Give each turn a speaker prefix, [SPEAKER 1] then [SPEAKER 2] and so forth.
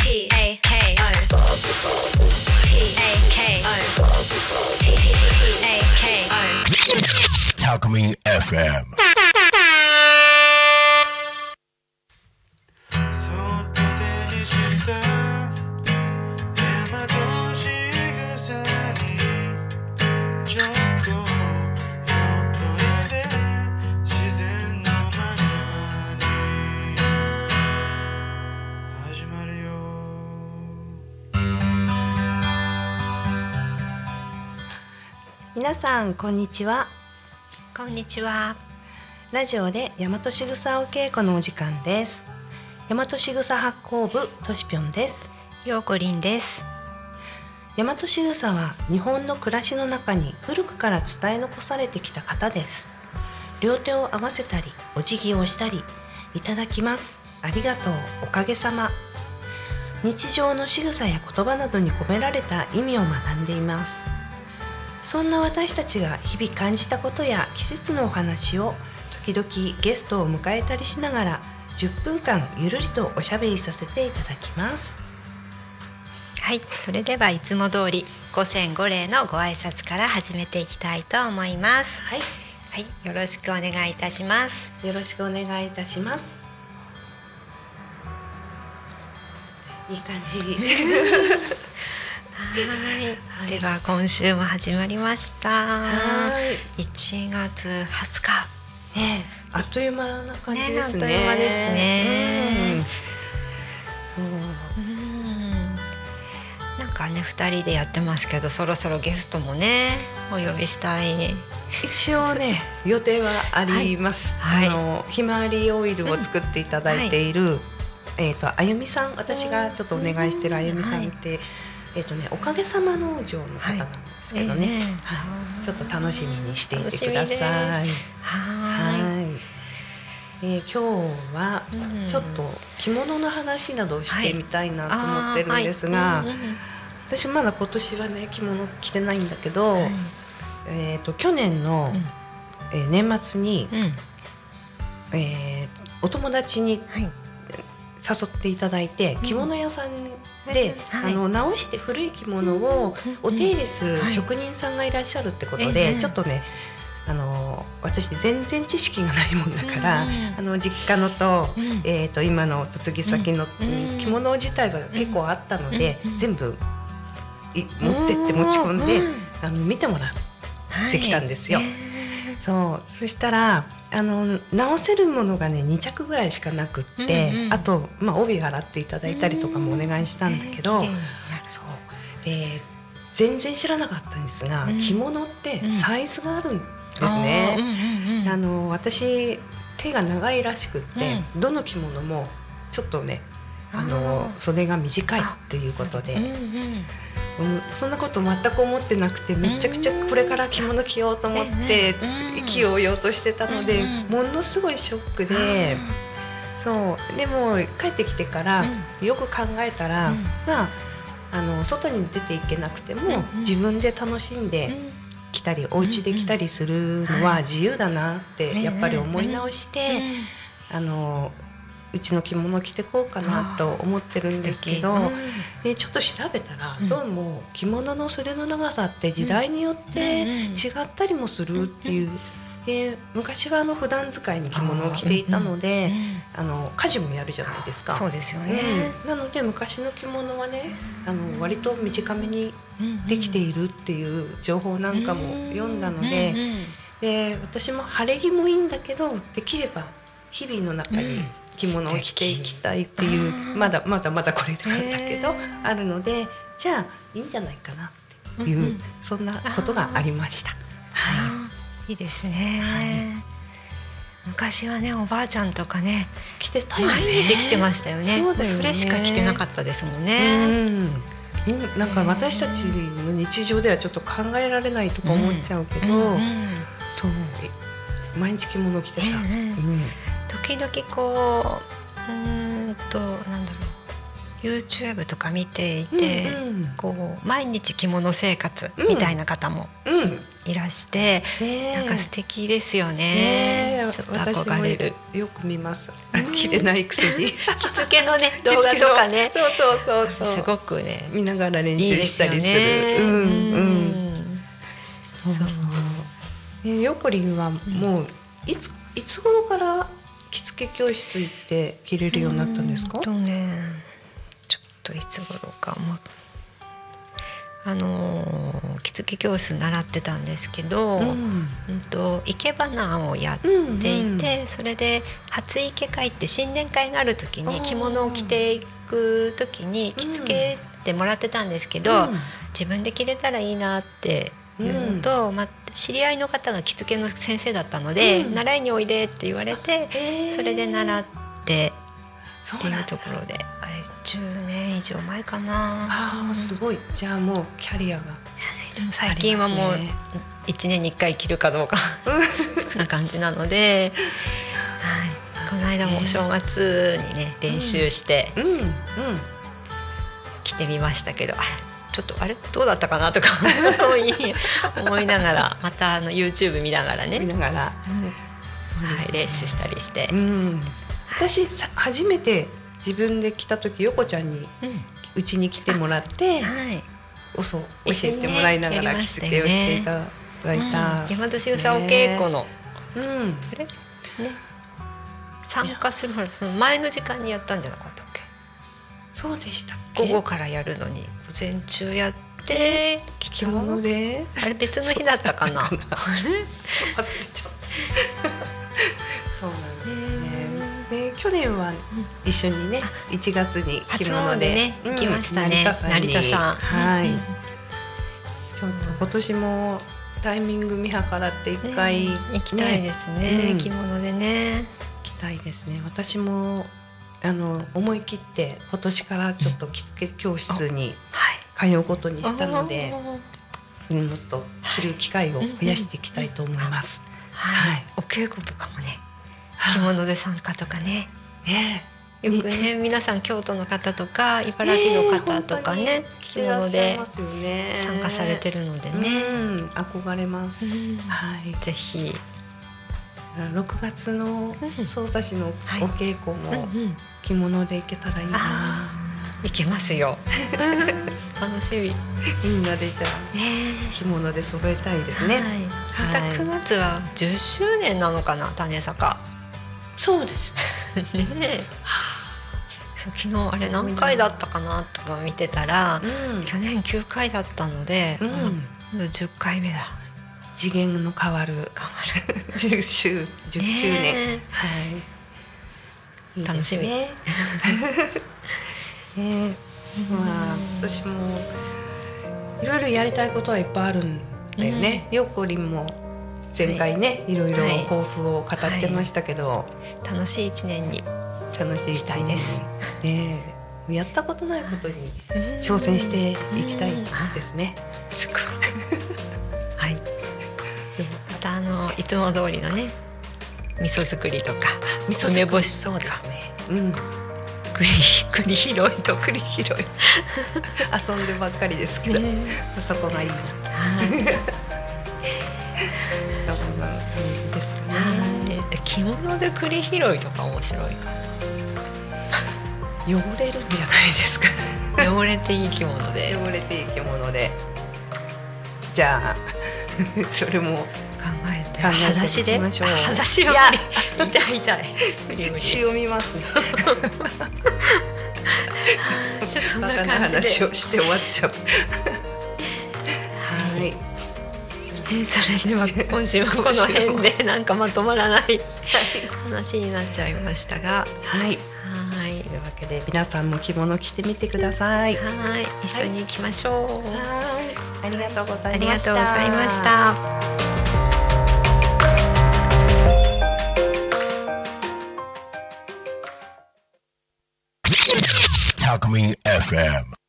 [SPEAKER 1] Talkmin FM。
[SPEAKER 2] 皆さんこんにちは。
[SPEAKER 3] こんにちは。
[SPEAKER 2] ラジオで大和しぐさお稽古のお時間です。大和しぐさ発行部としぴょんです。
[SPEAKER 3] ようこりんです。
[SPEAKER 2] 大和しぐさは日本の暮らしの中に古くから伝え残されてきた型です。両手を合わせたりお辞儀をしたり、いただきます、ありがとう、おかげさま、日常の仕草や言葉などに込められた意味を学んでいます。そんな私たちが日々感じたことや季節のお話を時々ゲストを迎えたりしながら10分間ゆるりとおしゃべりさせていただきます。
[SPEAKER 3] はい、それではいつも通り五千五礼のご挨拶から始めていきたいと思います。
[SPEAKER 2] はい、
[SPEAKER 3] はい、よろしくお願いいたします。
[SPEAKER 2] よろしくお願いいたします。いい感じ。
[SPEAKER 3] はい、では今週も始まりました。1月20日、
[SPEAKER 2] ね、あっという間な感じですね。
[SPEAKER 3] あっという間ですね。
[SPEAKER 2] そう。
[SPEAKER 3] なんかね、2人でやってますけど、そろそろゲストもねお呼びしたい。
[SPEAKER 2] 一応ね予定はあります。ひまわりオイルを作っていただいている、あゆみさん、私がちょっとお願いしているあゆみさんって、おかげさま農場の方なんですけどね、ちょっと楽しみにしていてください。今日はちょっと着物の話などをしてみたいなと思ってるんですが、私まだ今年はね着物着てないんだけど、去年の、年末に、お友達に誘っていただいて、着物屋さんで、直して古い着物をお手入れする職人さんがいらっしゃるってことで、ちょっとね私全然知識がないもんだから、実家のと、今の嫁ぎ先の着物自体は結構あったので、全部持ってって持ち込んで、見てもらってきたんですよ。そしたら直せるものがね2着ぐらいしかなくって、あと、帯洗っていただいたりとかもお願いしたんだけど、そうで全然知らなかったんですが、着物ってサイズがあるんですね。私手が長いらしくって、どの着物もちょっとね袖が短いということで、そんなこと全く思ってなくて、めちゃくちゃこれから着物着ようと思って意気揚々としてたので、ものすごいショックで、そうでも帰ってきてからよく考えたら、外に出ていけなくても自分で楽しんで着たり、お家で着たりするのは自由だなってやっぱり思い直して、うちの着物着てこうかなと思ってるんですけど、でちょっと調べたら、どうも着物の袖の長さって時代によって違ったりもするっていう、で昔は普段使いに着物を着ていたので、家事もやるじゃないですか。
[SPEAKER 3] そうですよね。
[SPEAKER 2] なので昔の着物はね割と短めにできているっていう情報なんかも読んだので、で私も晴れ着もいいんだけど、できれば日々の中に着物を着ていきたいっていう、まだこれからだけどあるので、じゃあいいんじゃないかなっていう、そんなことがありました。
[SPEAKER 3] いいですね。昔はね、おばあちゃんとかね
[SPEAKER 2] 着てたよね。
[SPEAKER 3] 毎日着てましたよね。それしか着てなかったですもんね。
[SPEAKER 2] なんか私たちの日常ではちょっと考えられないとか思っちゃうけど、そう毎日着物着てた。
[SPEAKER 3] 時々こうなんだろう、 YouTube とか見ていて、こう毎日着物生活みたいな方もいらして、なんか素敵ですよね。ちょっと憧れる。
[SPEAKER 2] よく見ます。着れないくせに
[SPEAKER 3] 着付けのね動画とかね、
[SPEAKER 2] そう
[SPEAKER 3] すごくね
[SPEAKER 2] 見ながら練習したりする。よこりんはもういつ頃から着付け教室行って着れるようになったんですか？
[SPEAKER 3] ちょっといつ頃か、着付け教室習ってたんですけど、生け花をやっていて、それで初生け会って新年会がある時に着物を着ていく時に着付けてもらってたんですけど、自分で着れたらいいなっていうのと、知り合いの方が着付けの先生だったので、習いにおいでって言われて、それで習ってっていうところで、あれ10年以上前かな。
[SPEAKER 2] すごい。じゃあもうキャリアが。
[SPEAKER 3] でも最近はもう1年に1回着るかどうかな感じなので、この間もお正月にね練習して着てみましたけど、ちょっとどうだったかなとか思いながら、またYouTube 見ながらね練習したりして。
[SPEAKER 2] 私初めて自分で着た時、横ちゃんにうちに来てもらって、教えてもらいながら着付けをしていただいた。
[SPEAKER 3] 山田修さんお稽古の参加するその前の時間にやったんじゃなかったっけ？
[SPEAKER 2] そうでしたっけ？
[SPEAKER 3] 午後からやるのに午前中やって
[SPEAKER 2] 着物で、
[SPEAKER 3] あれ別の日だったかな？
[SPEAKER 2] 忘れちゃった。そうなんですね。去年は一緒にね、1月に着物で
[SPEAKER 3] ね行きましたね。成田さん。
[SPEAKER 2] ちょっと今年もタイミング見計らって1回
[SPEAKER 3] 行きたいですね。着物でね。
[SPEAKER 2] 行きたいですね。私も思い切って今年からちょっと着付け教室に通うことにしたので、もっと着る機会を増やしていきたいと思います。
[SPEAKER 3] お稽古とかもね、着物で参加とかね。よくね、皆さん京都の方とか茨城の方とかね、着物で参加されてるのでね、
[SPEAKER 2] 憧れます。
[SPEAKER 3] ぜひ
[SPEAKER 2] 6月の匝瑳市のお稽古も着物で行けたらいいな。
[SPEAKER 3] 行けますよ。楽しみ。
[SPEAKER 2] みんなでじゃあ着物で揃えたいですね。
[SPEAKER 3] また9月は10周年なのかな、種坂。
[SPEAKER 2] そうです
[SPEAKER 3] ね。昨日あれ何回だったかなとか見てたら、去年9回だったので、10回目だ。
[SPEAKER 2] 次元の変わる10周年。
[SPEAKER 3] 楽しみ。
[SPEAKER 2] 私もいろいろやりたいことはいっぱいあるんだよね。よこりんも前回ね、いろいろ抱負を語ってましたけど、
[SPEAKER 3] 楽しい1年に
[SPEAKER 2] したいです。やったことないことに挑戦していきたいですね。
[SPEAKER 3] すごい。またいつも通りのね、味噌作りとか梅干しとか、栗拾いとか
[SPEAKER 2] 遊んでばっかりですけど、そこがいいな。ですかね。
[SPEAKER 3] 着物で栗拾いとか面白いか。
[SPEAKER 2] 汚れるんじゃないですか。
[SPEAKER 3] 汚れていい着物で。
[SPEAKER 2] じゃあそれも
[SPEAKER 3] 考えていきましょう。裸足を痛い。
[SPEAKER 2] 詩を見ますね。
[SPEAKER 3] そんな感じで
[SPEAKER 2] 話をして終わっちゃう。
[SPEAKER 3] それでは今週はこの辺でなんかまとまらない話になっちゃいましたが、
[SPEAKER 2] というわけで皆さんも着物着てみてください。
[SPEAKER 3] 一緒に行きましょ
[SPEAKER 2] う。ありがとうございました。
[SPEAKER 1] Talk Me FM